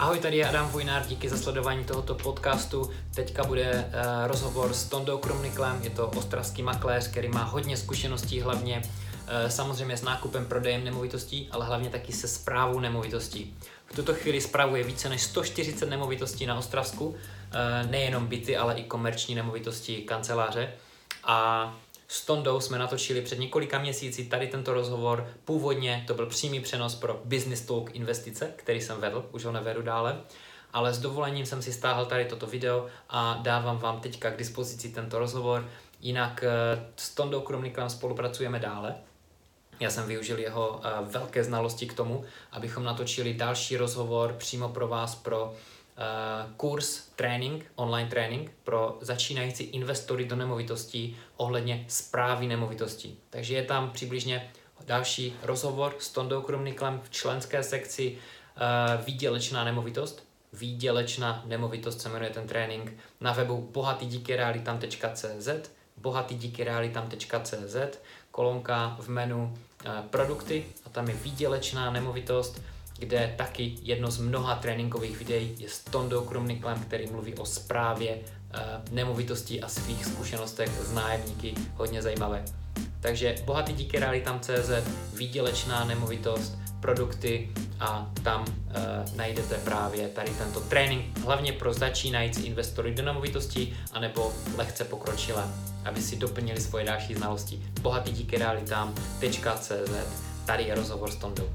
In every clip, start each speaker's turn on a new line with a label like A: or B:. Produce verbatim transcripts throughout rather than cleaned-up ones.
A: Ahoj, tady je Adam Vojnár, díky za sledování tohoto podcastu. Teďka bude uh, rozhovor s Tondou Krumniklem, je to ostravský makléř, který má hodně zkušeností, hlavně uh, samozřejmě s nákupem, prodejem nemovitostí, ale hlavně taky se správou nemovitostí. V tuto chvíli spravuje více než sto čtyřicet nemovitostí na Ostravsku, uh, nejenom byty, ale i komerční nemovitosti, kanceláře. A s Tondou jsme natočili před několika měsíci tady tento rozhovor. Původně to byl přímý přenos pro Business Talk investice, který jsem vedl, už ho nevedu dále. Ale s dovolením jsem si stáhl tady toto video a dávám vám teďka k dispozici tento rozhovor. Jinak s Tondou Krumniklem spolupracujeme dále. Já jsem využil jeho velké znalosti k tomu, abychom natočili další rozhovor přímo pro vás pro Uh, kurz, trénink, online trénink pro začínající investory do nemovitostí ohledně správy nemovitostí. Takže je tam přibližně další rozhovor s Tondou Krumniklem v členské sekci uh, výdělečná nemovitost. Výdělečná nemovitost se jmenuje ten trénink na webu bohatydíkyrealitam tečka cé zet bohatydíkyrealitam tečka cé zet kolonka v menu uh, produkty a tam je výdělečná nemovitost, kde taky jedno z mnoha tréninkových videí je s Tondou Krumniklem, který mluví o správě uh, nemovitostí a svých zkušenostech s nájemníky, hodně zajímavé. Takže bohatydíkyrealitam tečka cé zet, výdělečná nemovitost, produkty a tam uh, najdete právě tady tento trénink, hlavně pro začínající investory do nemovitostí anebo lehce pokročilé, aby si doplnili svoje další znalosti. bohatydíkyrealitam tečka cé zet, tady je rozhovor s Tondou.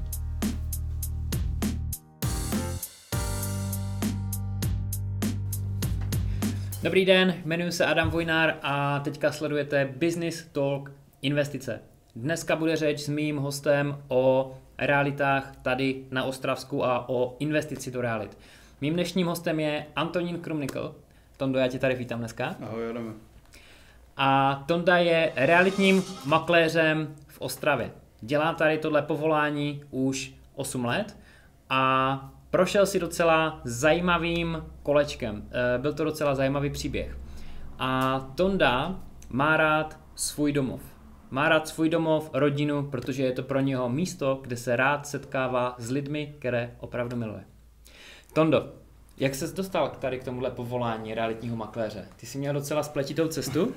A: Dobrý den, jmenuji se Adam Vojnár a teďka sledujete Business Talk investice. Dneska bude řeč s mým hostem o realitách tady na Ostravsku a o investici do realit. Mým dnešním hostem je Antonín Krumnikl. Tondo, já tě tady vítám dneska.
B: Ahoj, Adame.
A: A Tonda je realitním makléřem v Ostravě. Dělá tady tohle povolání už osm let a prošel si docela zajímavým kolečkem. Byl to docela zajímavý příběh. A Tonda má rád svůj domov. Má rád svůj domov, rodinu, protože je to pro něho místo, kde se rád setkává s lidmi, které opravdu miluje. Tondo, jak ses dostal tady k tomuhle povolání realitního makléře? Ty jsi měl docela spletitou cestu.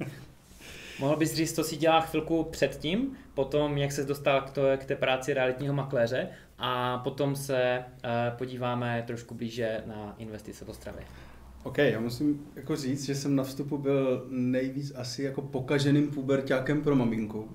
A: Mohl bys říct, co si dělal chvilku předtím, potom jak ses dostal k, to, k té práci realitního makléře a potom se uh, podíváme trošku blíže na investice v Ostravě.
B: OK, já musím jako říct, že jsem na vstupu byl nejvíc asi jako pokaženým puberťákem pro maminku.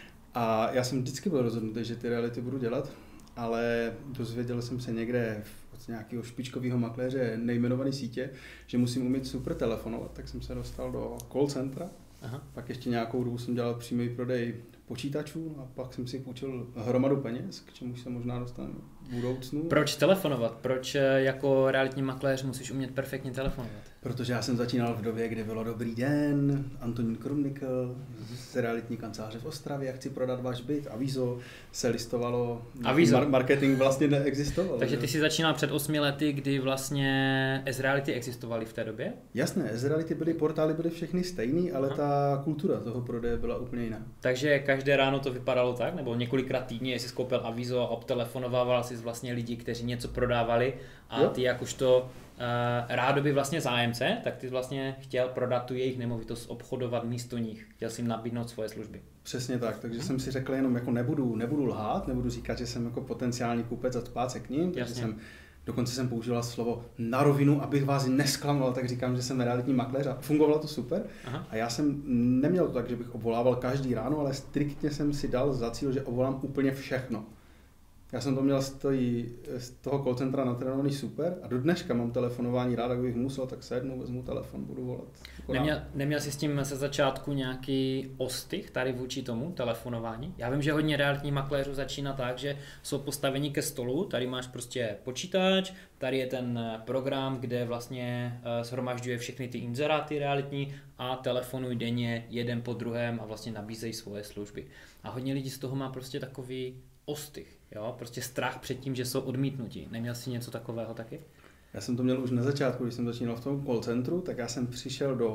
B: A já jsem vždycky byl rozhodnutý, že ty reality budu dělat, ale dozvěděl jsem se někde od nějakého špičkového makléře nejmenované sítě, že musím umět super telefonovat, tak jsem se dostal do call centra. Aha. Pak ještě nějakou dobu jsem dělal přímý prodej počítačů a pak jsem si půjčil hromadu peněz, k čemu se možná dostanu v budoucnu.
A: Proč telefonovat? Proč jako realitní makléř musíš umět perfektně telefonovat?
B: Protože já jsem začínal v době, kdy bylo dobrý den, Antonín Krumnikl z realitní kanceláře v Ostravě, chci prodat váš byt, avízo se listovalo,
A: avízo.
B: Mar- marketing vlastně neexistoval.
A: Takže
B: že?
A: ty jsi začínal před osmi lety, kdy vlastně S-Reality existovaly v té době?
B: Jasné, S-Reality byly, portály byly všechny stejný, ale Aha. ta kultura toho prodeje byla úplně jiná.
A: Takže každé ráno to vypadalo tak, nebo několikrát týdně jsi koupil avízo a obtelefonovával si vlastně lidi, kteří něco prodávali a jo. Ty jakožto uh, rádoby vlastně zájemce, tak ty vlastně chtěl prodat tu jejich nemovitost, obchodovat místo nich, chtěl si jim nabídnout svoje služby.
B: Přesně tak, takže jsem si řekl jenom jako nebudu, nebudu lhát, nebudu říkat, že jsem jako potenciální kupec a tpát se k ním, takže Jasně. jsem dokonce jsem používal slovo na rovinu, abych vás nesklamal, tak říkám, že jsem realitní makléř a fungovalo to super. Aha. A já jsem neměl to tak, že bych obvolával každý ráno, ale striktně jsem si dal za cíl, že obvolám úplně všechno. Já jsem to měl z, tý, z toho call centra natrénovaný super a do dneška mám telefonování rád, jak bych musel, tak sednu, vezmu telefon, budu volat.
A: Neměl, neměl jsi s tím se začátku nějaký ostych tady vůči tomu telefonování? Já vím, že hodně realitních makléřů začíná tak, že jsou postaveni ke stolu, tady máš prostě počítač, tady je ten program, kde vlastně shromažďuje všechny ty inzeráty realitní a telefonují denně jeden po druhém a vlastně nabízejí svoje služby. A hodně lidí z toho má prostě takový ostych, jo? Prostě strach před tím, že jsou odmítnutí. Neměl jsi něco takového taky?
B: Já jsem to měl už na začátku, když jsem začínal v tom call centru, tak já jsem přišel do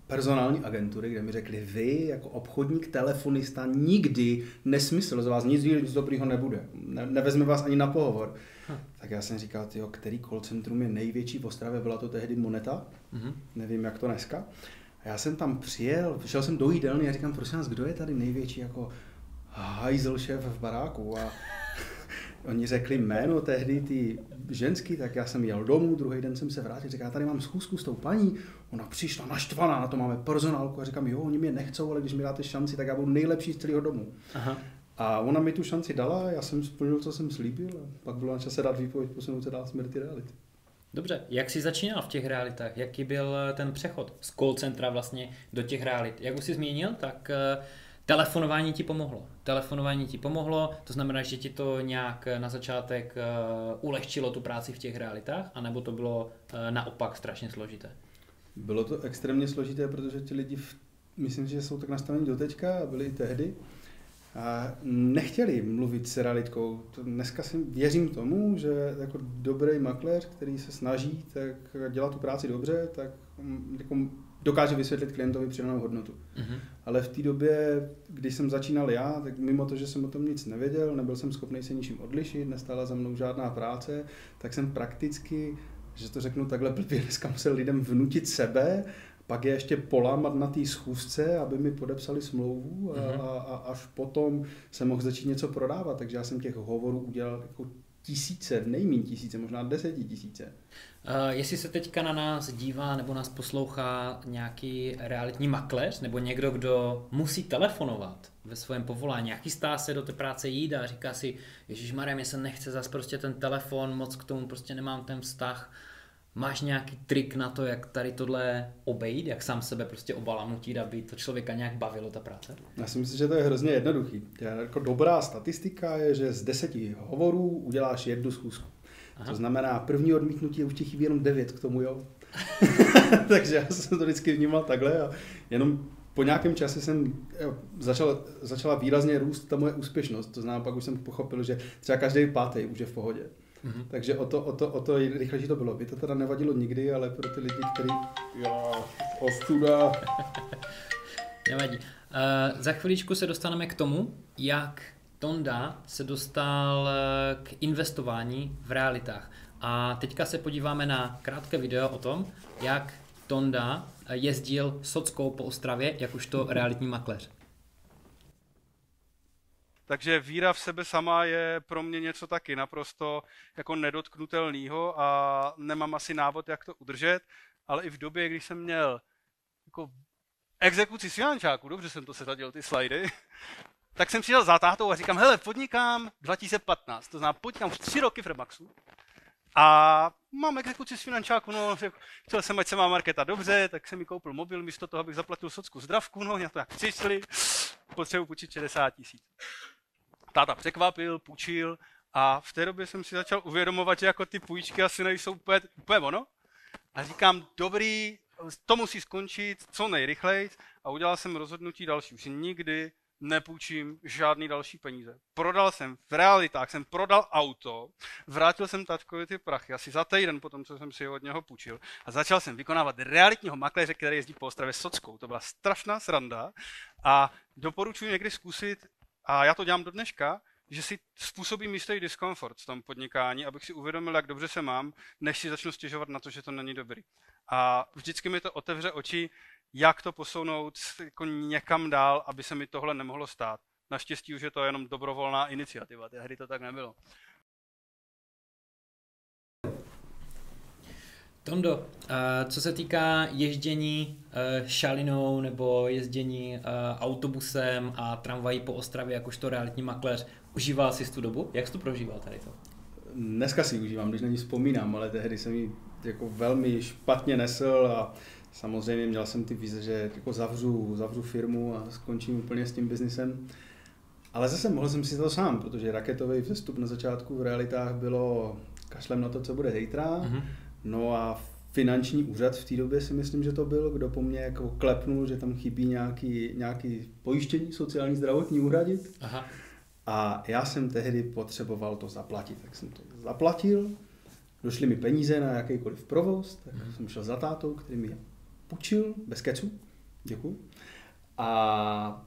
B: personální agentury, kde mi řekli, vy jako obchodník, telefonista, nikdy nesmysl, z vás nic, nic dobrýho nebude. Ne, nevezme vás ani na pohovor. Hm. Tak já jsem říkal, tyjo, který call centrum je největší v Ostravě, byla to tehdy Moneta, mm-hmm. nevím jak to dneska. A já jsem tam přijel, šel jsem do jídelny a říkám, prosím vás, kdo je tady největší jako hajzl šéf v baráku? A oni řekli jméno tehdy ty ženský, tak já jsem jel domů, druhý den jsem se vrátil, říká, já tady mám schůzku s tou paní, ona přišla naštvaná, na to máme personálku a říkám, jo, oni mě nechcou, ale když mi dáte šanci, tak já budu nejlepší z celého domu. Aha. A ona mi tu šanci dala, já jsem splnil, co jsem slíbil a pak bylo na čase dát výpověď, posunout se dál smrti reality.
A: Dobře, jak jsi začínal v těch realitách? Jaký byl ten přechod z call centra vlastně do těch realit? Jak už jsi zmínil, tak telefonování ti pomohlo. Telefonování ti pomohlo, to znamená, že ti to nějak na začátek ulehčilo tu práci v těch realitách, anebo to bylo naopak strašně složité?
B: Bylo to extrémně složité, protože ti lidi, v, myslím, že jsou tak nastavení do teďka a byli i tehdy, a nechtěli mluvit s realitkou. Dneska si věřím tomu, že jako dobrý makléř, který se snaží tak dělat tu práci dobře, tak jako dokáže vysvětlit klientovi přidanou hodnotu. Mm-hmm. Ale v té době, když jsem začínal já, tak mimo to, že jsem o tom nic nevěděl, nebyl jsem schopný se ničím odlišit, nestála za mnou žádná práce, tak jsem prakticky, že to řeknu takhle blbě, dneska musel lidem vnutit sebe, pak je ještě polámat na té schůzce, aby mi podepsali smlouvu a, mm-hmm. a, a až potom jsem mohl začít něco prodávat. Takže já jsem těch hovorů udělal jako tisíce, nejméně tisíce, možná desetitisíce.
A: Uh, jestli se teďka na nás dívá nebo nás poslouchá nějaký realitní makléř nebo někdo, kdo musí telefonovat ve svém povolání, jak chystá se do té práce jít a říká si, ježišmarja, mě se nechce zas prostě ten telefon, moc k tomu prostě nemám ten vztah. Máš nějaký trik na to, jak tady tohle obejít, jak sám sebe prostě obalamutit, aby to člověka nějak bavilo ta práce?
B: Já si myslím, že to je hrozně jednoduchý. Jako dobrá statistika je, že z deseti hovorů uděláš jednu schůzku. Aha. To znamená, první odmítnutí už ti chybí jenom devět k tomu, jo. Takže já jsem to vždycky vnímal takhle a jenom po nějakém čase jsem jo, začal, začala výrazně růst ta moje úspěšnost. To znamená, pak už jsem pochopil, že třeba každý pátý už je v pohodě. Mm-hmm. Takže o to, o, to, o to rychlejší to bylo. By to teda nevadilo nikdy, ale pro ty lidi, kteří... Jo, ostuda.
A: Nevadí. Uh, za chviličku se dostaneme k tomu, jak Tonda se dostal k investování v realitách. A teďka se podíváme na krátké video o tom, jak Tonda jezdil sockou po Ostravě, jakožto realitní makléř.
C: Takže víra v sebe sama je pro mě něco taky naprosto jako nedotknutelného a nemám asi návod, jak to udržet, ale i v době, když jsem měl jako exekuci svijančáku, dobře jsem to seřadil, ty slajdy, tak jsem přišel za tátou a říkám, hele, podnikám dva tisíce patnáct, to znamená, podnikám už tři roky v Remaxu a mám exekuci z finančáku, no, chtěl jsem, ať se má marketa dobře, tak jsem mi koupil mobil, místo toho, abych zaplatil socku zdravku, no, mě to jak přišli, potřebuji půjčit šedesát tisíc. Táta překvapil, půjčil a v té době jsem si začal uvědomovat, že jako ty půjčky asi nejsou úplně, úplně ono. A říkám, dobrý, to musí skončit co nejrychleji a udělal jsem rozhodnutí další. Už nikdy nepůjčím žádný další peníze. Prodal jsem, v realitách jsem prodal auto, vrátil jsem taťkovi ty prachy asi za týden potom, co jsem si ho od něho půjčil a začal jsem vykonávat realitního makléře, který jezdí po Ostravě sockou. To byla strašná sranda a doporučuji někdy zkusit, a já to dělám do dneška, že si způsobím jistý diskomfort v tom podnikání, abych si uvědomil, jak dobře se mám, než si začnu stěžovat na to, že to není dobrý. A vždycky mi to otevře oči, jak to posunout jako někam dál, aby se mi tohle nemohlo stát. Naštěstí už je to jenom dobrovolná iniciativa, tehdy to tak nebylo.
A: Tondo, co se týká ježdění šalinou nebo ježdění autobusem a tramvají po Ostravě jakožto realitní makléř, užíval jsi tu dobu? Jak jsi to prožíval tady to?
B: Dneska si užívám, když na ní vzpomínám, ale tehdy jsem ji jako velmi špatně nesl a samozřejmě měl jsem ty vize, že jako zavřu, zavřu firmu a skončím úplně s tím biznisem. Ale zase mohl jsem si to sám, protože raketový vzestup na začátku v realitách bylo kašlem na to, co bude zítra. Mm-hmm. No a finanční úřad v té době si myslím, že to byl, kdo po mně jako klepnul, že tam chybí nějaký, nějaký pojištění, sociální zdravotní uhradit. Aha. A já jsem tehdy potřeboval to zaplatit, tak jsem to zaplatil. Došly mi peníze na jakýkoliv provoz, tak mm. jsem šel za tátou, který mi je půjčil, bez kecu. Děkuju. A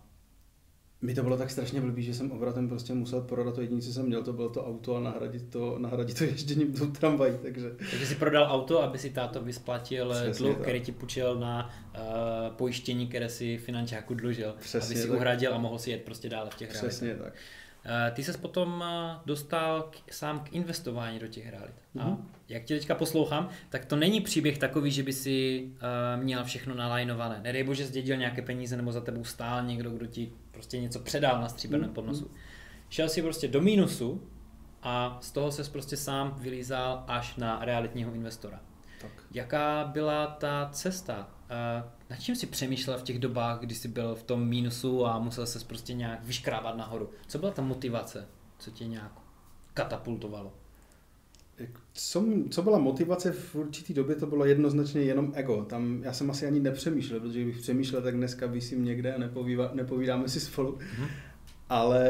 B: mi to bylo tak strašně blbý, že jsem obratem prostě musel prodat to jediné, co jsem měl, to bylo to auto a nahradit to, nahradit to ježděním tou tramvají, takže...
A: Takže si prodal auto, aby si táto vysplatil
B: Přesně
A: dluh,
B: tak.
A: který ti půjčil na uh, pojištění, které si finančáku dlužil.
B: Přesně
A: aby si
B: tak.
A: uhradil a mohl si jet prostě dále v těch realitách.
B: Přesně tak.
A: Uh, ty ses potom uh, dostal k, sám k investování do těch realit. Mm-hmm. A
B: Mhm.
A: jak tě teďka poslouchám, tak to není příběh takový, že by si uh, měl všechno nalajnované. Nedej bože zdědil nějaké peníze nebo za tebou stál někdo, kdo ti prostě něco předal na stříbrném
B: Mhm.
A: podnosu. Šel si prostě do mínusu a z toho ses prostě sám vylízal až na realitního investora.
B: Tak.
A: Jaká byla ta cesta? Uh, nad čím jsi přemýšlel v těch dobách, kdy jsi byl v tom mínusu a musel ses prostě nějak vyškrábat nahoru? Co byla ta motivace? Co tě nějak katapultovalo?
B: Jak- Co, co byla motivace v určitý době, to bylo jednoznačně jenom ego. Tam já jsem asi ani nepřemýšlel, protože kdybych přemýšlel, tak dneska visím někde a nepovídá, nepovídáme si spolu.
A: Mhm.
B: Ale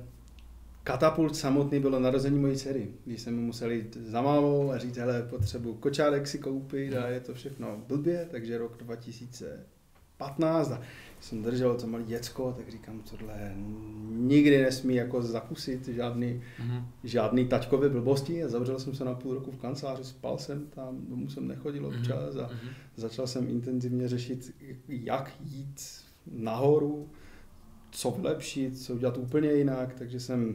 B: katapult samotný bylo narození mojí dcery, když jsem mu musel jít za mámou a říct, hele, potřebuji kočárek si koupit a je to všechno blbě, takže rok dva tisíce patnáct a jsem držel to malé děcko, tak říkám, tohle nikdy nesmí jako zakusit žádný,
A: Mhm.
B: žádný taťkové blbosti a zavřel jsem se na půl roku v kanceláři, spal jsem tam, domů jsem nechodil občas a
A: Mhm.
B: začal jsem intenzivně řešit, jak jít nahoru, co vylepšit, co udělat úplně jinak, takže jsem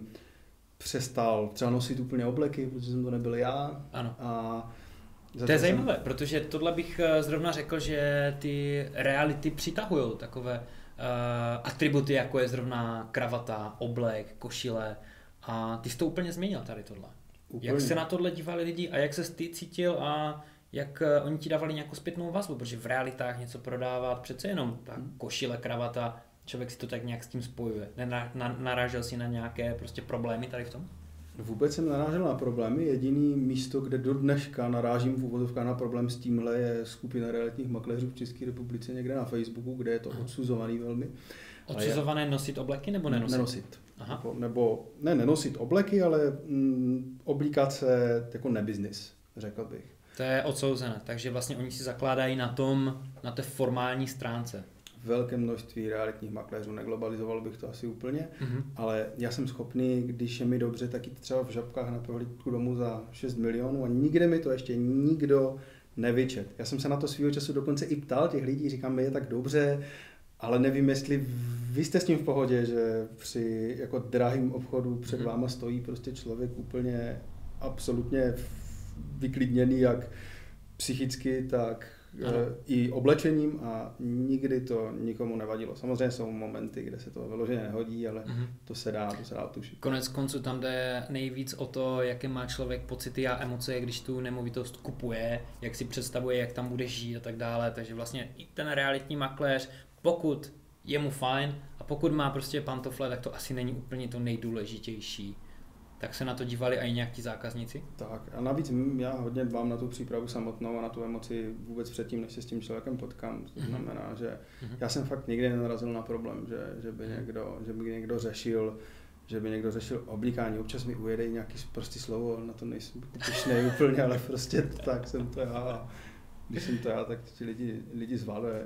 B: přestal třeba nosit úplně obleky, protože jsem to nebyl já.
A: Ano.
B: A
A: To
B: začal
A: je
B: jsem-
A: zajímavé, protože tohle bych eh, zrovna řekl, že ty reality přitahují takové uh, atributy, jako je zrovna kravata, oblek, košile a ty jsi to úplně změnil tady tohle.
B: Úplně.
A: Jak se na tohle dívali lidi a jak se ty cítil a jak eh, oni ti dávali nějakou zpětnou vazbu, protože v realitách něco prodávat, přece jenom ta košile, kravata, člověk si to tak nějak s tím spojuje. Nena, na, narážel si na nějaké prostě problémy tady v tom?
B: Vůbec jsem narážel na problémy. Jediný místo, kde do dneška narážím v úvodovkách na problém s tímhle, je skupina realitních makléřů v České republice někde na Facebooku, kde je to odsuzovaný velmi.
A: Odsuzované nosit obleky nebo nenosit?
B: Nenosit.
A: Aha.
B: Nebo, nebo ne nenosit obleky, ale mm, oblíkat se jako nebiznis, řekl bych.
A: To je odsouzené, takže vlastně oni si zakládají na tom, na té formální stránce.
B: Velké množství realitních makléřů, neglobalizoval bych to asi úplně,
A: Mhm.
B: ale já jsem schopný, když je mi dobře, tak jít třeba v Žabkách na prohlídku domů za šest milionů a nikde mi to ještě nikdo nevyčet. Já jsem se na to svýho času dokonce i ptal těch lidí, říkám, mi je tak dobře, ale nevím, jestli vy jste s tím v pohodě, že při jako drahým obchodu před
A: Mhm.
B: váma stojí prostě člověk úplně absolutně vyklidněný, jak psychicky, tak
A: Ano.
B: e, i oblečením a nikdy to nikomu nevadilo. Samozřejmě jsou momenty, kde se to vyloženě nehodí, ale
A: Mhm.
B: to se dá, to se dá tušit.
A: Konec konců tam jde nejvíc o to, jaké má člověk pocity a emoce, když tu nemovitost kupuje, jak si představuje, jak tam bude žít a tak dále. Takže vlastně i ten realitní makléř, pokud je mu fajn a pokud má prostě pantofle, tak to asi není úplně to nejdůležitější. Tak se na to dívali i nějak ti zákazníci?
B: Tak a navíc m- já hodně dbám na tu přípravu samotnou a na tu emoci vůbec předtím, než se s tím člověkem potkám. To
A: Mhm.
B: znamená, že
A: Mhm.
B: já jsem fakt nikdy nenarazil na problém, že, že, by, někdo, že by někdo řešil že by někdo řešil oblíkání. Občas mi ujede nějaký prostý slovo, na to nejsem pyšnej úplně, ale prostě tak jsem to já. A když jsem to já, tak ti lidi, lidi zvládají.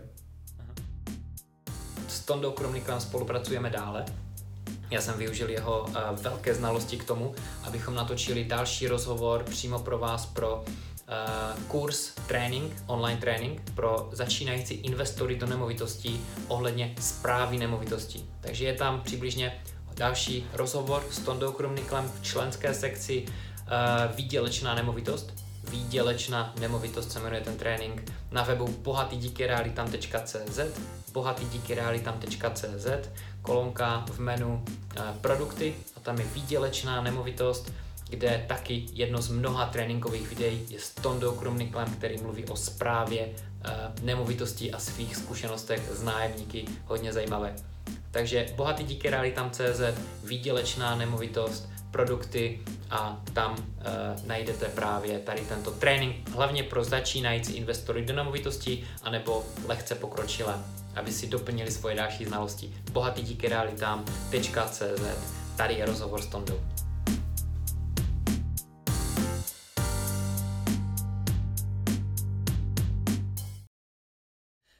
A: S Tondou Krumniklem spolupracujeme dále. Já jsem využil jeho uh, velké znalosti k tomu, abychom natočili další rozhovor přímo pro vás pro uh, kurz, trénink, online trénink pro začínající investory do nemovitostí ohledně správy nemovitostí. Takže je tam přibližně další rozhovor s Tondou Krumniklem v členské sekci uh, výdělečná nemovitost. Výdělečná nemovitost se jmenuje ten trénink na webu bohatydíkyrealitam tečka cé zet bohatydíkyrealitam tečka cé zet kolonka v menu e, produkty a tam je výdělečná nemovitost, kde taky jedno z mnoha tréninkových videí je s Tondou Krumniklem, který mluví o správě e, nemovitostí a svých zkušenostech s nájemníky, hodně zajímavé. Takže bohatydíkyrealitam tečka cé zet výdělečná nemovitost, produkty a tam e, najdete právě tady tento trénink, hlavně pro začínající investory do nemovitostí anebo lehce pokročilé, aby si doplnili svoje další znalosti. bohatydíkyrealitam tečka cé zet. Tady je rozhovor s Tondou.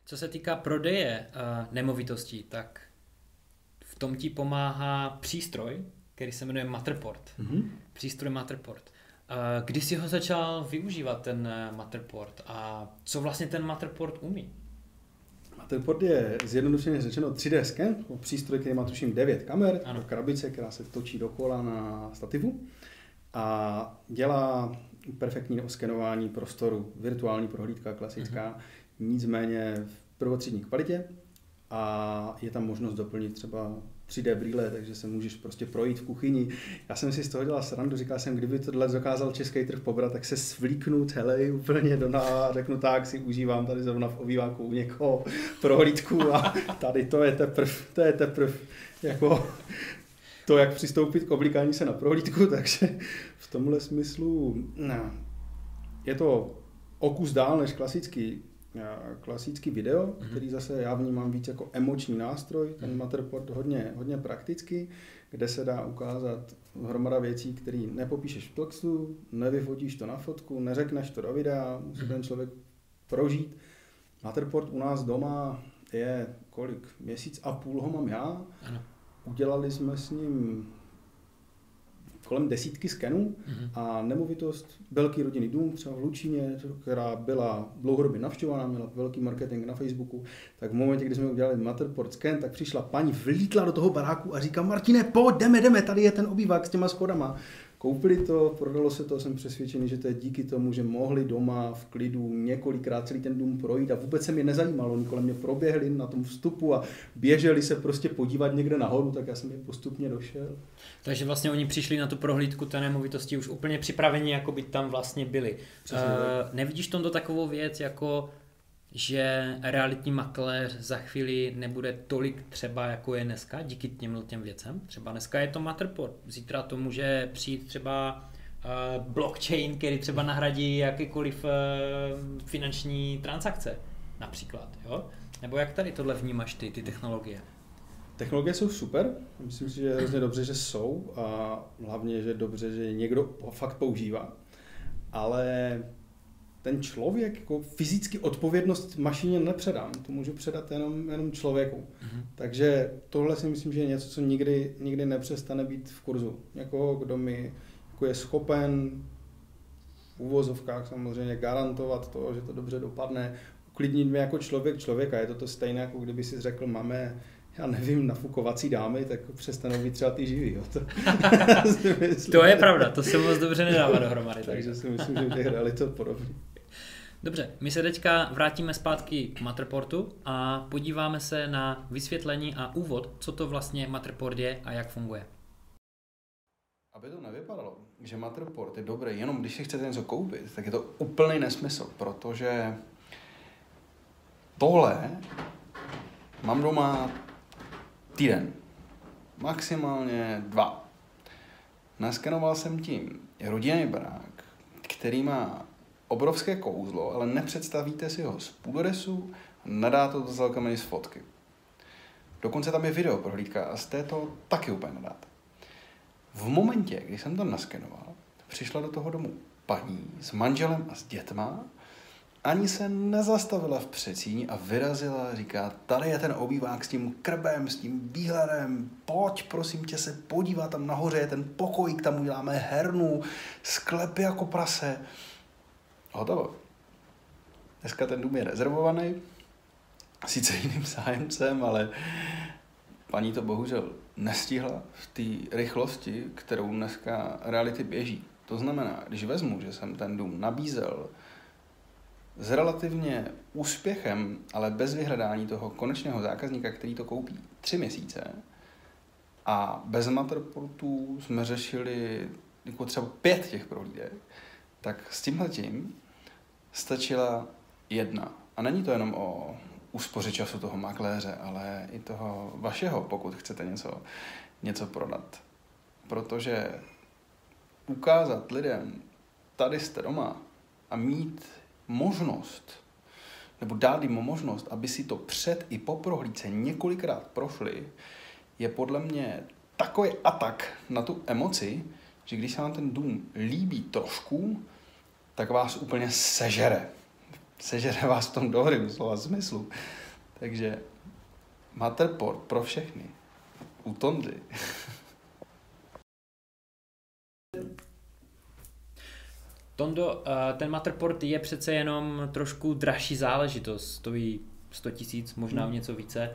A: Co se týká prodeje uh, nemovitostí, tak v tom ti pomáhá přístroj, který se jmenuje Matterport. Mm-hmm. Přístroj Matterport. Uh, kdy jsi ho začal využívat, ten uh, Matterport, a co vlastně ten Matterport umí?
B: Matterport je zjednodušeně řečeno tři dé sken, přístroj, který má tuším devět kamer, ano. Krabice, která se točí dokola na stativu a dělá perfektní oskenování prostoru, virtuální prohlídka klasická, mm-hmm. nicméně v prvotřídní kvalitě a je tam možnost doplnit třeba tři dé brýle, takže se můžeš prostě projít v kuchyni. Já jsem si z toho dělal srandu, říkal jsem, kdyby tohle dokázal český trh pobrat, tak se svlíknu celý úplně do a řeknu tak, si užívám tady zrovna v obýváku u někoho prohlídku a tady to je teprv, to je teprv jako to, jak přistoupit k oblíkání se na prohlídku, takže v tomhle smyslu no, je to o kus dál než klasický klasický video, mm-hmm. který zase já vnímám víc jako emoční nástroj, ten Matterport hodně, hodně praktický, kde se dá ukázat hromada věcí, které nepopíšeš v textu, nevyfotíš to na fotku, neřekneš to do videa, musí mm-hmm. ten člověk prožít. Matterport u nás doma je kolik? Měsíc a půl ho mám já. Ano. Udělali jsme s ním kolem desítky skenů mm-hmm. a nemovitost, velký rodinný dům, třeba v Lučíně, která byla dlouhodobě navštěvovaná, měla velký marketing na Facebooku, tak v momentě, kdy jsme udělali Matterport sken, tak přišla paní, vlítla do toho baráku a říká: Martine, pojď, jdeme, jdeme, tady je ten obývák s těma schodama. Koupili to, prodalo se to, jsem přesvědčený, že to je díky tomu, že mohli doma v klidu několikrát celý ten dům projít a vůbec se mě nezajímalo, oni kolem mě proběhli na tom vstupu a běželi se prostě podívat někde nahoru, tak já jsem je postupně došel.
A: Takže vlastně oni přišli na tu prohlídku té nemovitosti už úplně připraveni, jako by tam vlastně byli. Uh, nevidíš tomto takovou věc, jako že realitní makléř za chvíli nebude tolik třeba, jako je dneska, díky těm těm věcem? Třeba dneska je to Matterport, zítra to může přijít třeba uh, blockchain, který třeba nahradí jakýkoliv uh, finanční transakce, například, jo? Nebo jak tady tohle vnímáš ty, ty technologie?
B: Technologie jsou super, myslím si, že je hrozně dobře, že jsou a hlavně, že je dobře, že někdo ho fakt používá, ale ten člověk, jako fyzicky odpovědnost mašině nepředám, to můžu předat jenom, jenom člověku. Mm-hmm. Takže tohle si myslím, že je něco, co nikdy, nikdy nepřestane být v kurzu. Někoho, kdo mi jako je schopen v uvozovkách samozřejmě garantovat to, že to dobře dopadne, uklidnit mě jako člověk člověka. Je to to stejné, jako kdyby si řekl, máme, já nevím, nafukovací dámy, tak přestanou být třeba ty živý. Jo. To,
A: to je pravda, to se moc dobře nedává dohromady.
B: Takže si myslím, že v těch realit to podobně.
A: Dobře, my se teďka vrátíme zpátky k Matterportu a podíváme se na vysvětlení a úvod, co to vlastně Matterport je a jak funguje.
B: Aby to nevypadalo, že Matterport je dobrý jenom když si chcete něco koupit, tak je to úplný nesmysl, protože tohle mám doma týden, maximálně dva. Naskenoval jsem tím rodinný barák, který má obrovské kouzlo, ale nepředstavíte si ho z půdorysu, nedá to do celkem ani z fotky. Dokonce tam je video prohlídka a z této taky úplně nedáte. V momentě, kdy jsem to naskenoval, přišla do toho domu paní s manželem a s dětma, ani se nezastavila v předsíni a vyrazila, říká, tady je ten obývák s tím krbem, s tím výhledem, pojď, prosím tě se podívat, tam nahoře je ten pokojík, tam uděláme hernu, sklepy jako prase. Hotovo. Dneska ten dům je rezervovaný, sice jiným zájemcem, ale paní to bohužel nestihla v té rychlosti, kterou dneska reality běží. To znamená, když vezmu, že jsem ten dům nabízel s relativně úspěchem, ale bez vyhledání toho konečného zákazníka, který to koupí tři měsíce, a bez Matterportu jsme řešili jako třeba pět těch prohlídek, tak s tímhletím stačila jedna. A není to jenom o úspoře času toho makléře, ale i toho vašeho, pokud chcete něco, něco prodat. Protože ukázat lidem, tady jste doma a mít možnost, nebo dát jim možnost, aby si to před i po prohlídce několikrát prošli, je podle mě takový atak na tu emoci, že když se vám ten dům líbí trošku, tak vás úplně sežere. sežere vás v tom do hry, slova smyslu. Takže Matterport pro všechny. U Tondy.
A: Tondo, ten Matterport je přece jenom trošku dražší záležitost, stojí sto tisíc, možná hmm. něco více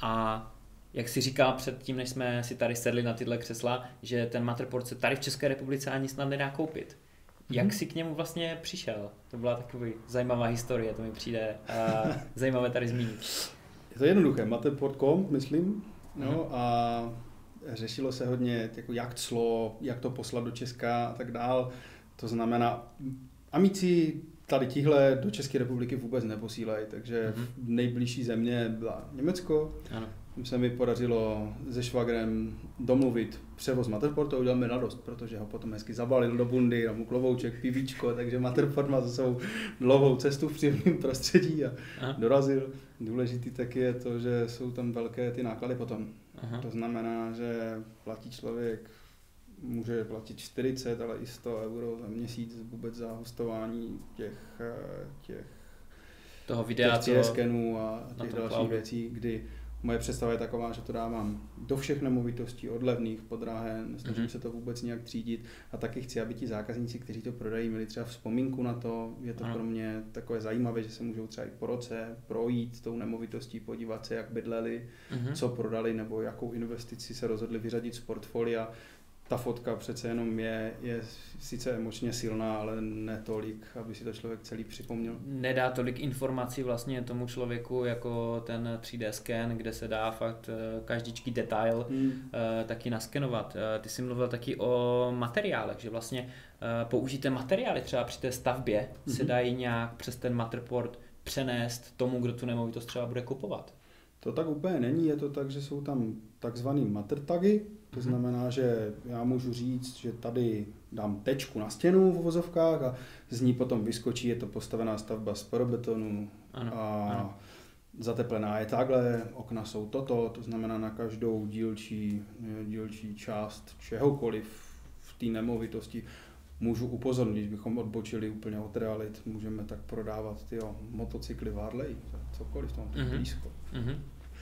A: a jak si říkal předtím, než jsme si tady sedli na tyhle křesla, že ten Matterport se tady v České republice ani snad nedá koupit. Jak hmm. jsi k němu vlastně přišel? To byla taková zajímavá historie, to mi přijde uh, zajímavé tady zmínit.
B: Je to jednoduché, Matterport tečka com, myslím, no, hmm. a řešilo se hodně, jako jak clo, jak to poslat do Česka a tak dál. To znamená, amici tady tihle do České republiky vůbec neposílají, takže mm-hmm. nejbližší země byla Německo. Ano. Tím se mi podařilo se švagrem domluvit převoz Matterportu a udělal mi radost, protože ho potom hezky zabalil do bundy, dal mu klovouček, pivíčko, takže Matterport má za sebou dlouhou cestu v příjemném prostředí a Aha. dorazil. Důležitý taky je to, že jsou tam velké ty náklady potom. Aha. To znamená, že platí člověk může platit čtyřicet, ale i sto euro za měsíc vůbec za hostování těch, těch,
A: toho videa,
B: těch C S skenů a těch dalších cloudu. Věcí, kdy moje představa je taková, že to dávám do všech nemovitostí, od levných, pod dráhen, snažím mm-hmm. se to vůbec nějak třídit a taky chci, aby ti zákazníci, kteří to prodají, měli třeba vzpomínku na to. Je to ano. pro mě takové zajímavé, že se můžou třeba i po roce projít tou nemovitostí, podívat se, jak bydleli, mm-hmm. co prodali nebo jakou investici se rozhodli vyřadit z portfolia. Ta fotka přece jenom je, je sice emočně silná, ale ne tolik, aby si to člověk celý připomněl.
A: Nedá tolik informací vlastně tomu člověku jako ten tři dé sken, kde se dá fakt každičký detail hmm. taky naskenovat. Ty jsi mluvil taky o materiálech, že vlastně použité materiály třeba při té stavbě hmm. se dají nějak přes ten Matterport přenést tomu, kdo tu nemovitost třeba bude kupovat.
B: To tak úplně není, je to tak, že jsou tam takzvaný matter tagy, to znamená, že já můžu říct, že tady dám tečku na stěnu v uvozovkách a z ní potom vyskočí, je to postavená stavba z porobetonu a ano. zateplená je takhle, okna jsou toto, to znamená na každou dílčí, dílčí část čehokoliv v té nemovitosti můžu upozornit, když bychom odbočili úplně od realit, můžeme tak prodávat tyjo, motocykly Harley, cokoliv tam mm-hmm. blízko. Mm-hmm.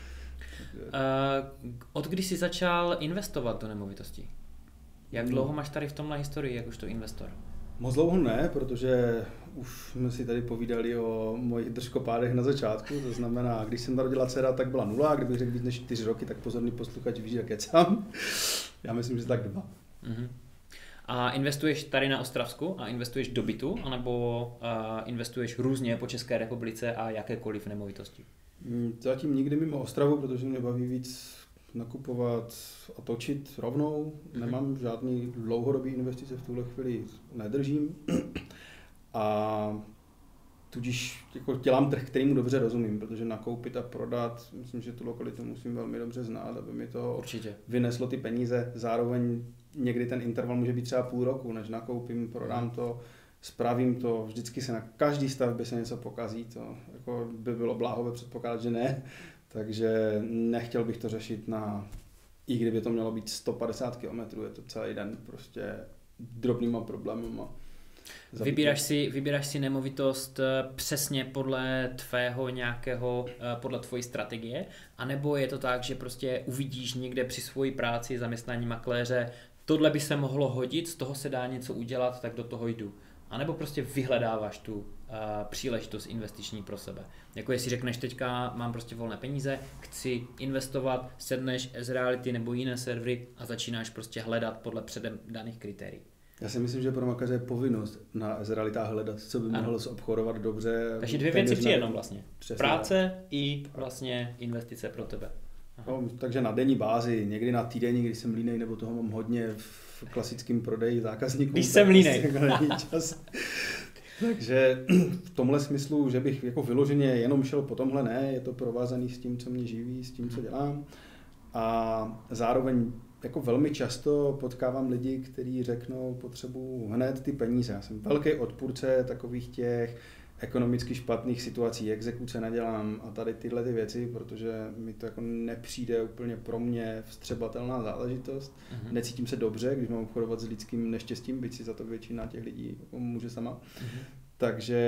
A: Uh, od kdy jsi začal investovat do nemovitostí? Jak dlouho máš tady v tomhle historii jakožto investor?
B: Moc dlouho ne, protože už jsme si tady povídali o mojich držkopádech na začátku, to znamená, když jsem narodila dcera, tak byla nula, a kdybych řekl víc než čtyři roky, tak pozorný posluchač ví, že kecám. Já myslím, že tak dva.
A: Uh-huh. A investuješ tady na Ostravsku a investuješ do bytu, anebo uh, investuješ různě po České republice a jakékoliv nemovitosti?
B: Zatím nikdy mimo Ostravu, protože mě baví víc nakupovat a točit rovnou. Mm-hmm. Nemám žádný dlouhodobý investice v tuhle chvíli, nedržím. A tudíž jako dělám trh, kterýmu dobře rozumím, protože nakoupit a prodat, myslím, že tu lokalitu musím velmi dobře znát, aby mi to
A: Určitě.
B: vyneslo ty peníze. Zároveň někdy ten interval může být třeba půl roku, než nakoupím, prodám to, spravím to, vždycky se na každý stavbě se něco pokazí, to jako by bylo bláhové předpokládat, že ne, takže nechtěl bych to řešit na, i kdyby to mělo být sto padesát kilometrů, je to celý den prostě drobnýma problémama.
A: Vybíráš si, vybíráš si nemovitost přesně podle tvého nějakého, podle tvojí strategie, anebo je to tak, že prostě uvidíš někde při svojí práci, zaměstnání makléře, tohle by se mohlo hodit, z toho se dá něco udělat, tak do toho jdu. A nebo prostě vyhledáváš tu uh, příležitost investiční pro sebe. Jako jestli řekneš teďka mám prostě volné peníze, chci investovat, sedneš S-Reality nebo jiné servery a začínáš prostě hledat podle předem daných kritérií.
B: Já si myslím, že pro makaře je povinnost na S-Realitách hledat, co by mohlo obchodovat dobře.
A: Takže dvě věci při jednom vlastně. Přesně. Práce i vlastně investice pro tebe.
B: No, takže na denní bázi, někdy na týdenní, když jsem línej, nebo toho mám hodně v klasickém prodeji zákazníků.
A: Když jsem línej.
B: Čas. Takže v tomhle smyslu, že bych jako vyloženě jenom šel po tomhle, ne, je to provázaný s tím, co mě živí, s tím, co dělám. A zároveň jako velmi často potkávám lidi, kteří řeknou, potřebuji hned ty peníze. Já jsem velký odpůrce takových těch ekonomicky špatných situací, exekuce nedělám a tady tyhle ty věci, protože mi to jako nepřijde úplně pro mě vstřebatelná záležitost. Uh-huh. Necítím se dobře, když mám obchodovat s lidským neštěstím, byť si za to většina těch lidí jako může sama. Uh-huh. Takže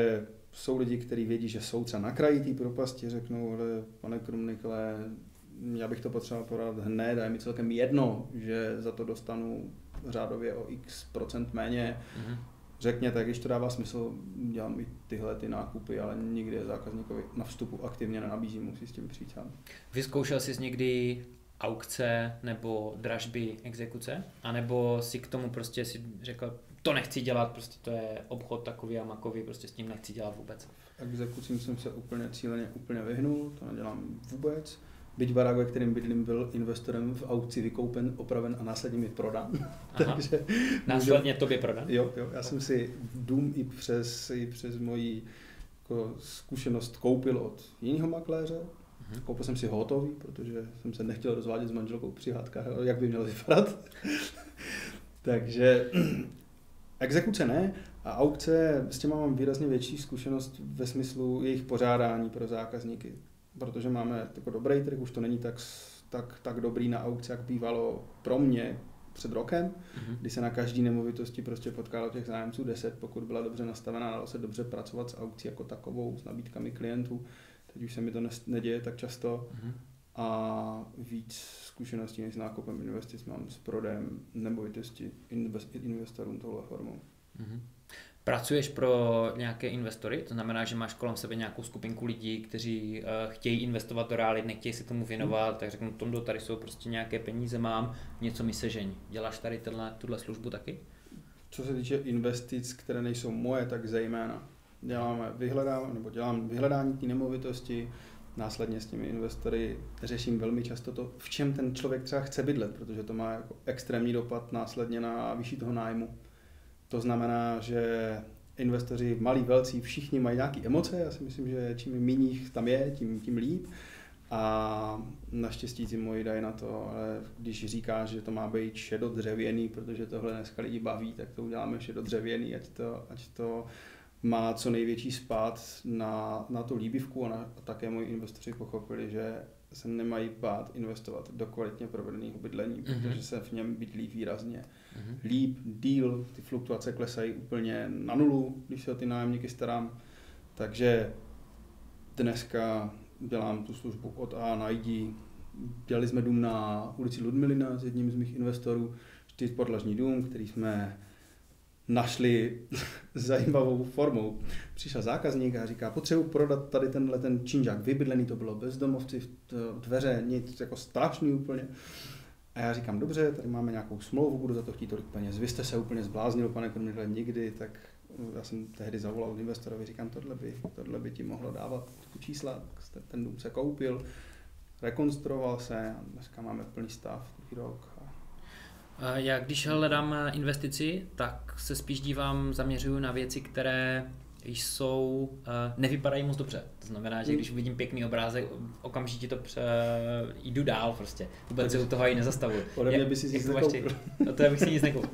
B: jsou lidi, kteří vědí, že jsou třeba na kraji té propasti, řeknou, ale pane Krumnikle, já bych to potřeboval podat hned a je mi celkem jedno, že za to dostanu řádově o x procent méně. Mm-hmm. Řekněte, když to dává smysl, dělám i tyhle ty nákupy, ale nikdy je zákazníkovi na vstupu aktivně nenabízím, musí s tím přijít sám.
A: Vyzkoušel jsi někdy aukce nebo dražby exekuce? A nebo si k tomu prostě si řekl, to nechci dělat, prostě to je obchod takový a makový, prostě s tím nechci dělat vůbec.
B: Exekucím jsem se úplně cíleně úplně vyhnul, to nedělám vůbec. Byť barák, ve kterém bydlím, byl investorem v aukci vykoupen, opraven a následně mi prodán.
A: Takže následně můžu... tobě prodán?
B: Jo, jo, já jsem si dům i přes, i přes moji jako, zkušenost koupil od jiného makléře. Uh-huh. Koupil jsem si ho hotový, protože jsem se nechtěl rozvádět s manželkou při hádkách, jak by měl vypadat. Takže exekuce ne a aukce, s těma mám výrazně větší zkušenost ve smyslu jejich pořádání pro zákazníky. Protože máme jako dobrý trh, už to není tak, tak, tak dobrý na aukci, jak bývalo pro mě před rokem, mm-hmm. kdy se na každý nemovitosti prostě potkalo těch zájemců deset, pokud byla dobře nastavená, dalo se dobře pracovat s aukcí jako takovou, s nabídkami klientů. Teď už se mi to neděje tak často mm-hmm. a víc zkušeností než s nákupem investic mám s prodejem nemovitosti investorům touhle formou.
A: Mm-hmm. Pracuješ pro nějaké investory, to znamená, že máš kolem sebe nějakou skupinku lidí, kteří uh, chtějí investovat do realit, nechtějí se tomu věnovat, tak řeknu, Tondo, tady jsou prostě nějaké peníze, mám, něco mi sežeň. Děláš tady tenhle, tuhle službu taky?
B: Co se týče investic, které nejsou moje, tak zejména děláme vyhledávání, nebo dělám vyhledání té nemovitosti, následně s těmi investory řeším velmi často to, v čem ten člověk třeba chce bydlet, protože to má jako extrémní dopad následně na výši toho nájmu. To znamená, že investoři malí, velcí, všichni mají nějaké emoce, já si myslím, že čím méně jich tam je, tím, tím líp. A naštěstí ti moji dají na to, ale když říkáš, že to má být šedodřevěný, protože tohle dneska lidi baví, tak to uděláme šedodřevěný, ať to, ať to má co největší spád na, na tu líbivku a, na, a také moji investoři pochopili, že se nemají bát investovat do kvalitně provedeného bydlení, mm-hmm. protože se v něm bydlí výrazně mm-hmm. líp, díl, ty fluktuace klesají úplně na nulu, když se o ty nájemníky starám. Takže dneska dělám tu službu od A na I. Dělali jsme dům na ulici Ludmilina s jedním z mých investorů, čtyřpodlažní dům, který jsme našli zajímavou formou. Přišel zákazník a říká, potřebuji prodat tady tenhle ten činžák vybydlený, to bylo bezdomovci, dveře, nic jako strašný úplně. A já říkám, dobře, tady máme nějakou smlouvu, budu za to chtít tolik peněz. Vy jste se úplně zbláznil, pane Krumnikle, nikdy, tak já jsem tehdy zavolal investorovi, říkám, tohle by, tohle by ti mohlo dávat čísla, ten dům se koupil, rekonstruoval se a dneska máme plný stav, druhý rok.
A: Já když hledám investici, tak se spíš dívám, zaměřuju na věci, které jsou, nevypadají moc dobře. To znamená, že když uvidím pěkný obrázek, okamžitě to pře... jdu dál prostě. Vůbec se u toho i nezastavuju.
B: Ode mě by si nic nekoupil.
A: No to já bych si nic nekoupil.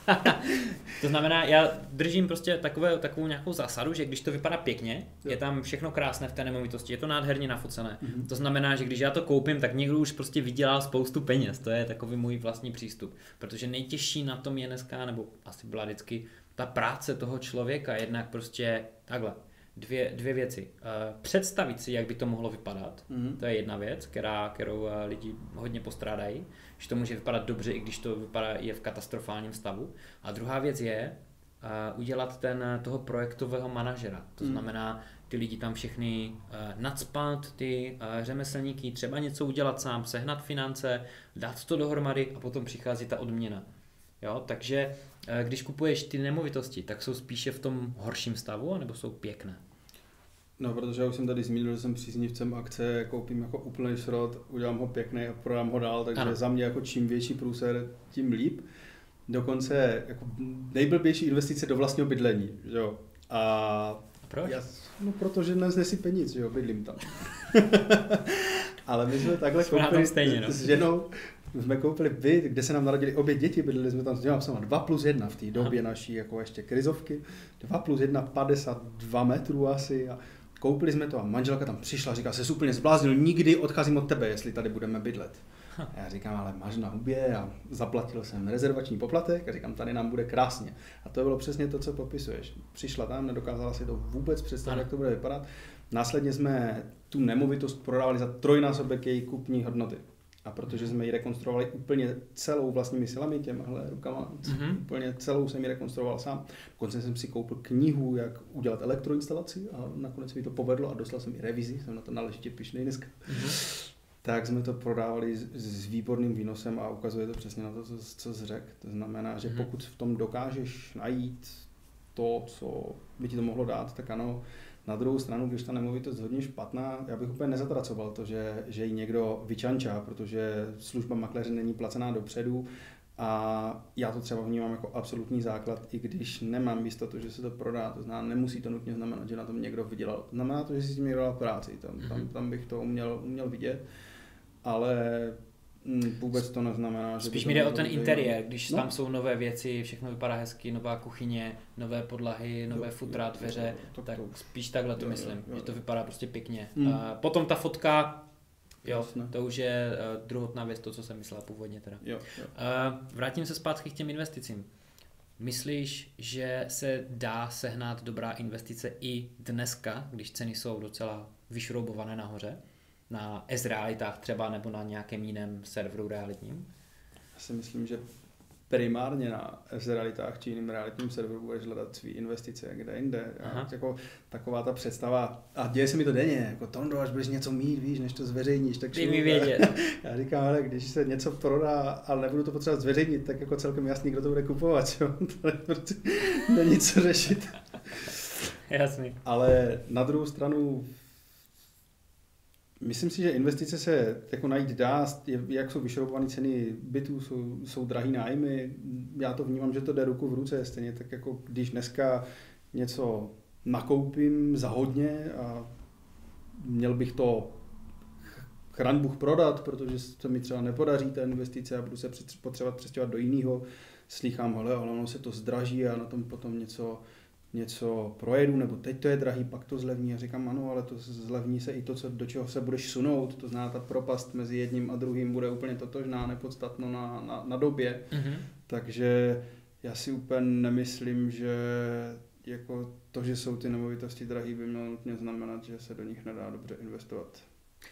A: To znamená, já držím prostě takové, takovou nějakou zásadu, že když to vypadá pěkně, jo. je tam všechno krásné v té nemovitosti, je to nádherně nafocené. Mm-hmm. To znamená, že když já to koupím, tak někdo už prostě vydělal spoustu peněz. To je takový můj vlastní přístup. Protože nejtěžší na tom je dneska, nebo asi byla vždycky, ta práce toho člověka, jednak prostě takhle. Dvě, dvě věci. Představit si, jak by to mohlo vypadat, mm-hmm. to je jedna věc, která, kterou lidi hodně postrádají, že to může vypadat dobře, i když to vypadá, je v katastrofálním stavu. A druhá věc je uh, udělat ten, toho projektového manažera. To mm. znamená, ty lidi tam všechny uh, nacpat, ty uh, řemeslníky, třeba něco udělat sám, sehnat finance, dát to dohromady a potom přichází ta odměna. Jo, takže uh, když kupuješ ty nemovitosti, tak jsou spíše v tom horším stavu, anebo jsou pěkné?
B: No, protože já už jsem tady zmínil, že jsem příznivcem akce, koupím jako úplný šrot, udělám ho pěkný a prodám ho dál, takže ano. Za mě jako čím větší průser, tím líp. Dokonce jako nejblbější investice do vlastního bydlení, jo. A,
A: a proč? Já,
B: no, protože dnes nesype nic, jo, bydlím tam. Ale my jsme takhle koupili
A: stejně, no.
B: s ženou, jsme koupili byt, kde se nám narodili obě děti, bydleli jsme tam s dělám sama dva plus jedna v té době Aha. naší jako ještě krizovky, dva plus jedna, padesát dva metrů asi a koupili jsme to a manželka tam přišla, říká, se úplně zbláznil, nikdy odcházím od tebe, jestli tady budeme bydlet. Já říkám, ale máš na hubě a zaplatil jsem rezervační poplatek a říkám, tady nám bude krásně. A to bylo přesně to, co popisuješ. Přišla tam, nedokázala si to vůbec představit, ano. jak to bude vypadat. Následně jsme tu nemovitost prodávali za trojnásobek její kupní hodnoty. A protože jsme ji rekonstruovali úplně celou vlastními silami, těmhle rukama, mm-hmm. úplně celou jsem ji rekonstruoval sám. Dokonce jsem si koupil knihu, jak udělat elektroinstalaci a nakonec mi to povedlo a dostal jsem i revizi, jsem na to náležitě pyšnej dneska. Mm-hmm. Tak jsme to prodávali s, s výborným výnosem a ukazuje to přesně na to, co, co jsi řekl. To znamená, že mm-hmm. pokud v tom dokážeš najít to, co by ti to mohlo dát, tak ano. Na druhou stranu, když ta nemovitost je hodně špatná, já bych úplně nezatracoval to, že, že ji někdo vyčančá, protože služba makléře není placená dopředu a já to třeba vnímám jako absolutní základ, i když nemám jistotu, že se to prodá, to znamená, nemusí to nutně znamenat, že na tom někdo vydělal. To znamená to, že si s tím někdo dal práci, tam, tam, tam bych to uměl, uměl vidět, ale vůbec to neznamená, že...
A: Spíš mi jde o ten interiér, když no. tam jsou nové věci, všechno vypadá hezky, nová kuchyně, nové podlahy, nové jo, futra, dveře, jo, jo, tak, tak spíš takhle to jo, myslím, jo, jo. že to vypadá prostě pěkně. Mm. A potom ta fotka, jo, Jasne. to už je uh, druhotná věc, to, co jsem myslel původně teda.
B: Jo, jo.
A: Uh, vrátím se zpátky k těm investicím. Myslíš, že se dá sehnat dobrá investice i dneska, když ceny jsou docela vyšroubované nahoře? Na S-realitách třeba nebo na nějakém jiném serveru realitním?
B: Já si myslím, že primárně na S-realitách či jiným realitním serveru budeš hledat svý investice, kde jinde. Jako, taková ta představa, a děje se mi to denně, jako Tondo, až budeš něco mít, víš, než to zveřejníš. Tak
A: Ty mi vědět.
B: Já říkám, ale když se něco prodá, ale nebudu to potřebovat zveřejnit, tak jako celkem jasný, kdo to bude kupovat. Jo? To prostě není co řešit.
A: Jasný.
B: Ale na druhou stranu myslím si, že investice se jako najít dá, jak jsou vyšroubované ceny bytů, jsou, jsou drahý nájmy. Já to vnímám, že to jde ruku v ruce, stejně tak jako když dneska něco nakoupím za hodně a měl bych to chraň Bůh prodat, protože se mi třeba nepodaří ta investice a budu se potřebovat přestěhovat do jiného, slýchám, hele, ale ono se to zdraží a na tom potom něco něco projedu, nebo teď to je drahý, pak to zlevní a říkám, ano, ale to zlevní se i to, co, do čeho se budeš sunout, to znamená, ta propast mezi jedním a druhým bude úplně totožná, nepodstatno na, na, na době, mm-hmm. takže já si úplně nemyslím, že jako to, že jsou ty nemovitosti drahý, by mělo nutně znamenat, že se do nich nedá dobře investovat.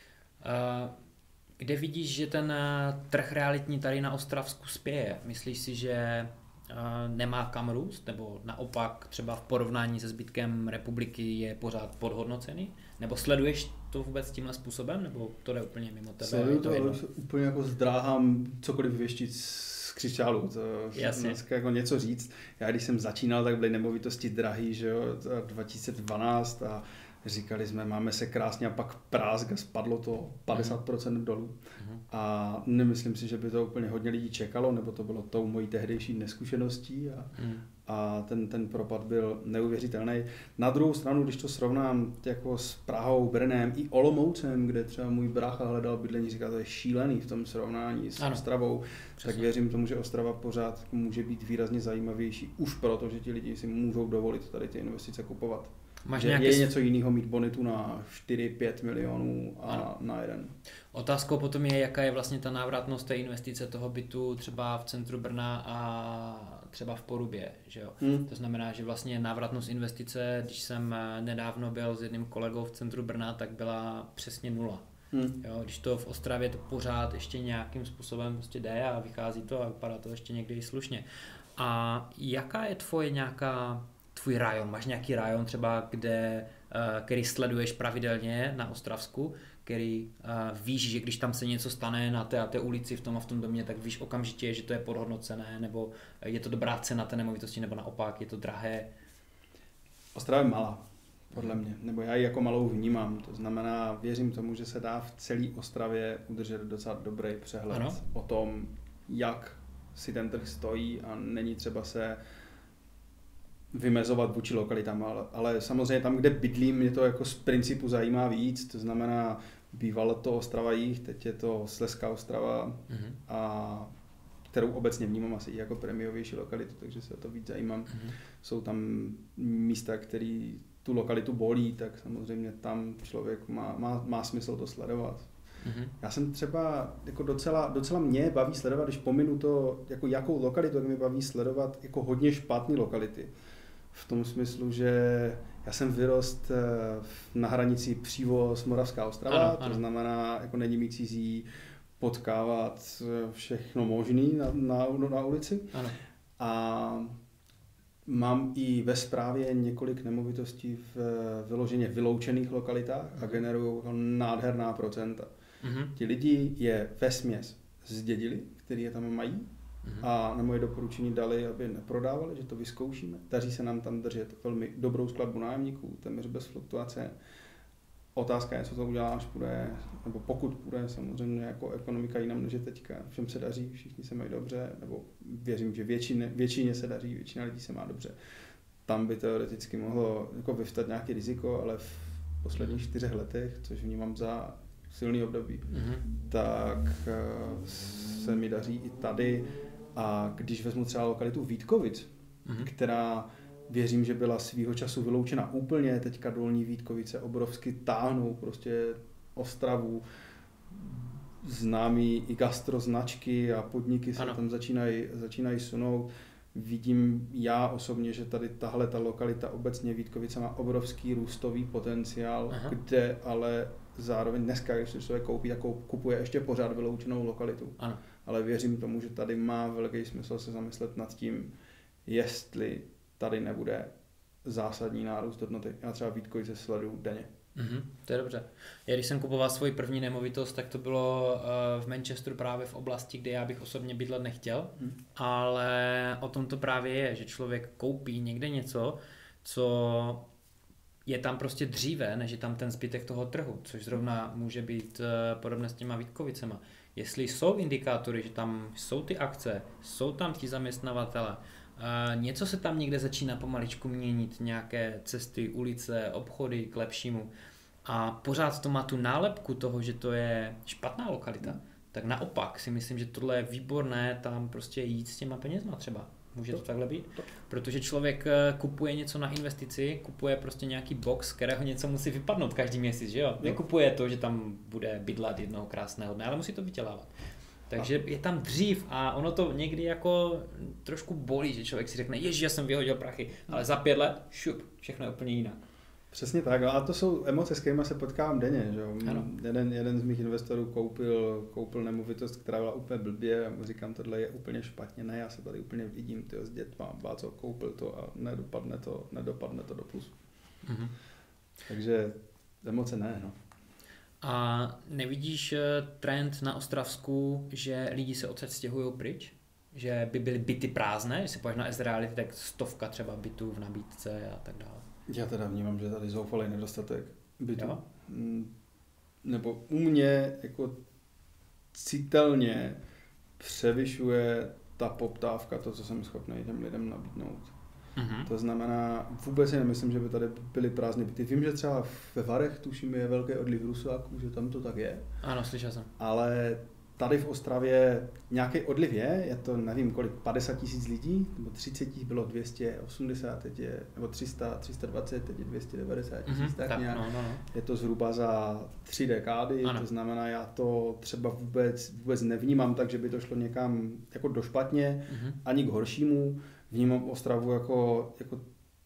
A: Uh, kde vidíš, že ten trh realitní tady na Ostravsku spěje? Myslíš si, že nemá kam růst, nebo naopak třeba v porovnání se zbytkem republiky je pořád podhodnocený? Nebo sleduješ to vůbec tímhle způsobem, nebo to jde úplně mimo tebe?
B: Sleduju to, ale úplně jako zdráhám cokoliv věštit z křičálu, to dneska jako něco říct. Já když jsem začínal, tak byly nemovitosti drahý, že jo, dva tisíce dvanáct a říkali jsme, máme se krásně a pak prásk a spadlo to padesát procent dolů. Mm. A nemyslím si, že by to úplně hodně lidí čekalo, nebo to bylo tou mojí tehdejší neskušeností a, mm. a ten, ten propad byl neuvěřitelný. Na druhou stranu, když to srovnám jako s Prahou, Brnem i Olomoucem, kde třeba můj brácha hledal bydlení, říká, to je šílený v tom srovnání s ano. Ostravou, Přesně. tak věřím tomu, že Ostrava pořád může být výrazně zajímavější, už proto, že ti lidi si můžou dovolit tady ty investice kupovat. Máš že nějaký... Je něco jiného mít bonitu na čtyři pět milionů a ano. na jeden.
A: Otázkou potom je, jaká je vlastně ta návratnost té investice toho bytu třeba v centru Brna a třeba v Porubě. Že jo? Hmm. To znamená, že vlastně návratnost investice, když jsem nedávno byl s jedním kolegou v centru Brna, tak byla přesně nula. Hmm. Jo, když to v Ostravě to pořád ještě nějakým způsobem prostě jde a vychází to a vypadá to ještě někdy i slušně. A jaká je tvoje nějaká tvůj rajon? Máš nějaký rajon třeba, kde, který sleduješ pravidelně na Ostravsku, který víš, že když tam se něco stane na té a té ulici v tom a v tom domě, tak víš okamžitě, že to je podhodnocené, nebo je to dobrá cena té nemovitosti, nebo naopak je to drahé?
B: Ostrava je malá, podle mě, nebo já ji jako malou vnímám, to znamená, věřím tomu, že se dá v celé Ostravě udržet docela dobrý přehled ano. o tom, jak si ten trh stojí a není třeba se vymezovat vůči lokalitám, ale, ale samozřejmě tam, kde bydlím, mě to jako z principu zajímá víc, to znamená, bývalo to Ostrava Jih, teď je to Slezská Ostrava, mm-hmm. a kterou obecně vnímám asi i jako prémiovější lokalitu, takže se o to víc zajímám. Mm-hmm. Jsou tam místa, které tu lokalitu bolí, tak samozřejmě tam člověk má, má, má smysl to sledovat. Mm-hmm. Já jsem třeba, jako docela, docela mě baví sledovat, když pominu to, jako jakou lokalitu, tak mě baví sledovat jako hodně špatné lokality. V tom smyslu, že já jsem vyrost na hranici Přívoz Moravská Ostrava, ano, ano. To znamená, jako není mi cizí potkávat všechno možný na, na, na ulici.
A: Ano.
B: A mám i ve správě několik nemovitostí v vyloženě vyloučených lokalitách a generují nádherná procenta. Mm-hmm. Ti lidi je vesměs zdědili, který je tam mají, mm-hmm. a na moje doporučení dali, aby neprodávali, že to vyzkoušíme. Daří se nám tam držet velmi dobrou skladbu nájemníků, téměř bez fluktuace. Otázka je, co to udělá, až půjde, nebo pokud půjde, samozřejmě jako ekonomika jinam než je teďka. Všem se daří, všichni se mají dobře, nebo věřím, že většině, většině se daří, většina lidí se má dobře. Tam by teoreticky mohlo jako vyvstat nějaké riziko, ale v posledních čtyřech letech, což vnímám za silný období, mm-hmm. tak se mi daří i tady. A když vezmu třeba lokalitu Vítkovic, mm-hmm. která věřím, že byla svýho času vyloučena úplně, teďka Dolní Vítkovice obrovsky táhnou prostě Ostravu, známý i gastroznačky a podniky se ano. tam začínají, začínají sunout. Vidím já osobně, že tady tahle ta lokalita obecně Vítkovice má obrovský růstový potenciál, aha. kde ale zároveň dneska, když se člověk koupí, tak kupuje ještě pořád vyloučenou lokalitu. Ano. Ale věřím tomu, že tady má velký smysl se zamyslet nad tím, jestli tady nebude zásadní nárůst hodnoty. Já třeba Vítkovice sleduju denně.
A: Mm-hmm, to je dobře. Já když jsem kupoval svoji první nemovitost, tak to bylo uh, v Manchesteru právě v oblasti, kde já bych osobně bydlet nechtěl, mm. ale o tom to právě je, že člověk koupí někde něco, co je tam prostě dříve, než je tam ten zbytek toho trhu, což zrovna může být uh, podobné s těma Vítkovicema. Jestli jsou indikátory, že tam jsou ty akce, jsou tam ti zaměstnavatele, Uh, něco se tam někde začíná pomaličku měnit, nějaké cesty, ulice, obchody k lepšímu a pořád to má tu nálepku toho, že to je špatná lokalita, mm. tak naopak si myslím, že tohle je výborné tam prostě jít s těma penězma třeba. Může to, to takhle být? To. Protože člověk kupuje něco na investici, kupuje prostě nějaký box, kterého něco musí vypadnout každý měsíc, že jo? Nekupuje to, že tam bude bydlet jednoho krásného dne, ale musí to vydělávat. Takže je tam dřív a ono to někdy jako trošku bolí, že člověk si řekne, ježiš, já jsem vyhodil prachy, ale za pět let, šup, všechno je úplně jinak.
B: Přesně tak, a to jsou emoce, s kterými se potkávám denně. Že? Jeden, jeden z mých investorů koupil, koupil nemovitost, která byla úplně blbě a mu říkám, tohle je úplně špatně, ne, já se tady úplně vidím, tyjo, s dětma, báco, koupil to a nedopadne to, nedopadne to do plusu. Mm-hmm. Takže emoce ne, no.
A: A nevidíš trend na Ostravsku, že lidi se odsaď stěhují pryč? Že by byly byty prázdné, když se pojď na S-Reality, tak stovka třeba bytů v nabídce a tak dále.
B: Já teda vnímám, že tady zoufalý nedostatek bytů. Jo? Nebo u mě jako citelně převyšuje ta poptávka to, co jsem schopný těm lidem nabídnout. Mm-hmm. To znamená, vůbec si nemyslím, že by tady byly prázdné byty. Vím, že třeba ve Varech, tuším, je velký odliv Rusáků, že tam to tak je.
A: Ano, slyšel jsem.
B: Ale tady v Ostravě nějaký odliv je, je to nevím kolik, padesát tisíc lidí, nebo třicet bylo dvě stě osmdesát, teď je, nebo tři sta, tři sta dvacet, teď je dvě stě devadesát tisíc, mm-hmm, tak, tak nějak. No, no, no. Je to zhruba za tři dekády, ano. To znamená, já to třeba vůbec, vůbec nevnímám tak, že by to šlo někam jako do špatně, mm-hmm. ani k horšímu. Vnímám Ostravu jako, jako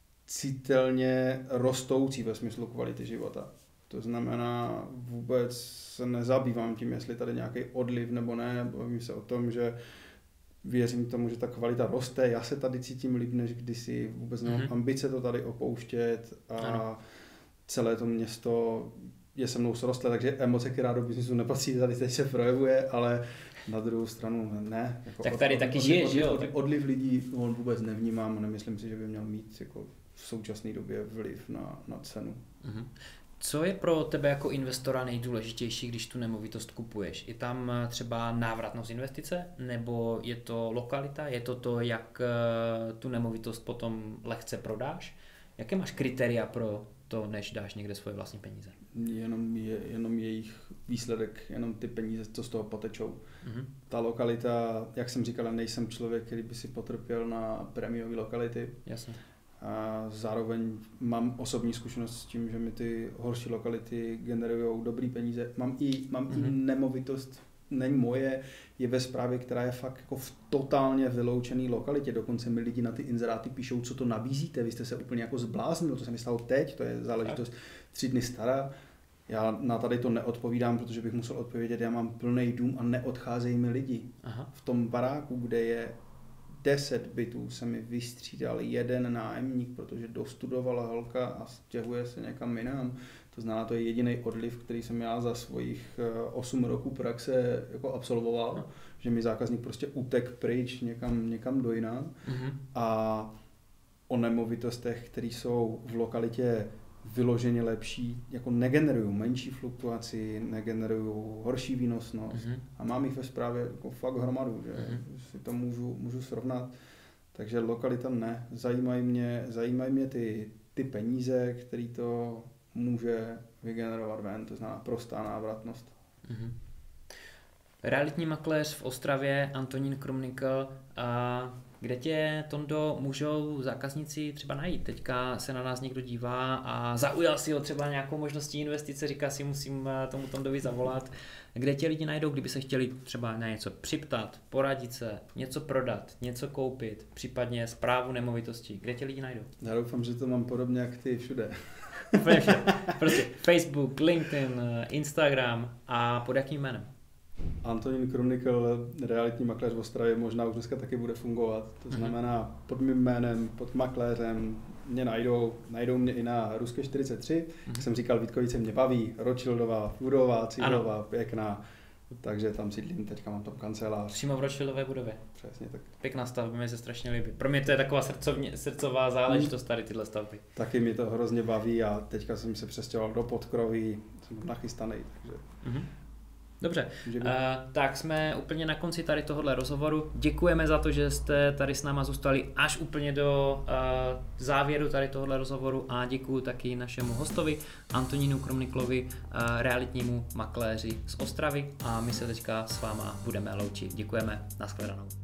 B: citelně rostoucí ve smyslu kvality života. To znamená, vůbec se nezabývám tím, jestli tady nějaký odliv nebo ne. Bavím se o tom, že věřím tomu, že ta kvalita roste. Já se tady cítím líp než kdysi. Vůbec nemám mm-hmm. ambice to tady opouštět a ano. Celé to město je se mnou srostlé, takže emoce, která do biznisu nepatří, tady teď se projevuje, ale na druhou stranu ne. Jako
A: tak tady od, taky žije, že jo?
B: Odliv lidí on vůbec nevnímám a nemyslím si, že by měl mít jako v současné době vliv na, na cenu.
A: Mm-hmm. Co je pro tebe jako investora nejdůležitější, když tu nemovitost kupuješ? Je tam třeba návratnost investice, nebo je to lokalita, je to to, jak tu nemovitost potom lehce prodáš? Jaké máš kritéria pro to, než dáš někde svoje vlastní peníze?
B: Jenom, je, jenom jejich výsledek, jenom ty peníze, co z toho potečou. Mm-hmm. Ta lokalita, jak jsem říkal, nejsem člověk, který by si potrpěl na prémiové lokality.
A: Jasně.
B: A zároveň mám osobní zkušenost s tím, že mi ty horší lokality generují dobrý peníze. Mám i, mám mm-hmm. i nemovitost, není moje, je ve správě, která je fakt jako v totálně vyloučený lokalitě. Dokonce mi lidi na ty inzeráty píšou, co to nabízíte, vy jste se úplně jako zbláznil, to se mi stalo teď, to je záležitost tři dny stará. Já na tady to neodpovídám, protože bych musel odpovědět, já mám plný dům a neodcházejí mi lidi. Aha. V tom baráku, kde je deset bytů, se mi vystřídal jeden nájemník, protože dostudovala holka a stěhuje se někam jinam. To znamená, to je jediný odliv, který jsem já za svých osm roků praxe jako absolvoval, no. Že mi zákazník prostě utek pryč někam, někam do jinam. Mm-hmm. A o nemovitostech, které jsou v lokalitě vyloženě lepší, jako negenerují menší fluktuaci, negenerují horší výnosnost mm-hmm. a mám jich ve správě jako fakt hromadu, že mm-hmm. si to můžu, můžu srovnat. Takže lokalita ne. Zajímají mě, zajímají mě ty, ty peníze, které to může vygenerovat ven, to znamená prostá návratnost.
A: Mm-hmm. Realitní makléř v Ostravě, Antonín Krumnikl, a kde tě, Tondo, můžou zákazníci třeba najít? Teďka se na nás někdo dívá a zaujal si ho třeba nějakou možností investice, říká si, musím tomu Tondovi zavolat. Kde tě lidi najdou, kdyby se chtěli třeba na něco připtat, poradit se, něco prodat, něco koupit, případně správu nemovitostí? Kde tě lidi najdou?
B: Já doufám, že to mám podobně jak ty všude.
A: Prostě Facebook, LinkedIn, Instagram a pod jakým jménem?
B: Antonín Krumnikl, realitní makléř v Ostravě, možná už dneska taky bude fungovat. To znamená pod mým jménem, pod makléřem mě najdou, najdou mě i na Ruské čtyřicet tři. Mm-hmm. Jak jsem říkal, Vítkovice mě baví, Rothschildová, budova, cílová, pěkná. Takže tam sídlím, teďka mám tam kancelář.
A: Přímo v Rothschildové budově.
B: Přesně tak.
A: Pěkná stavba, mi se strašně líbí. Pro mě to je taková srdcovně, srdcová záležitost tady tyhle stavby.
B: Taky mi to hrozně baví a teďka jsem se přestěhoval do Podkroví, jsem nachystaný, takže... Mm-hmm.
A: Dobře, uh, tak jsme úplně na konci tady tohohle rozhovoru. Děkujeme za to, že jste tady s náma zůstali až úplně do uh, závěru tady tohohle rozhovoru a děkuji taky našemu hostovi Antonínu Krumniklovi, uh, realitnímu makléři z Ostravy a my se teďka s váma budeme loučit. Děkujeme, nashledanou.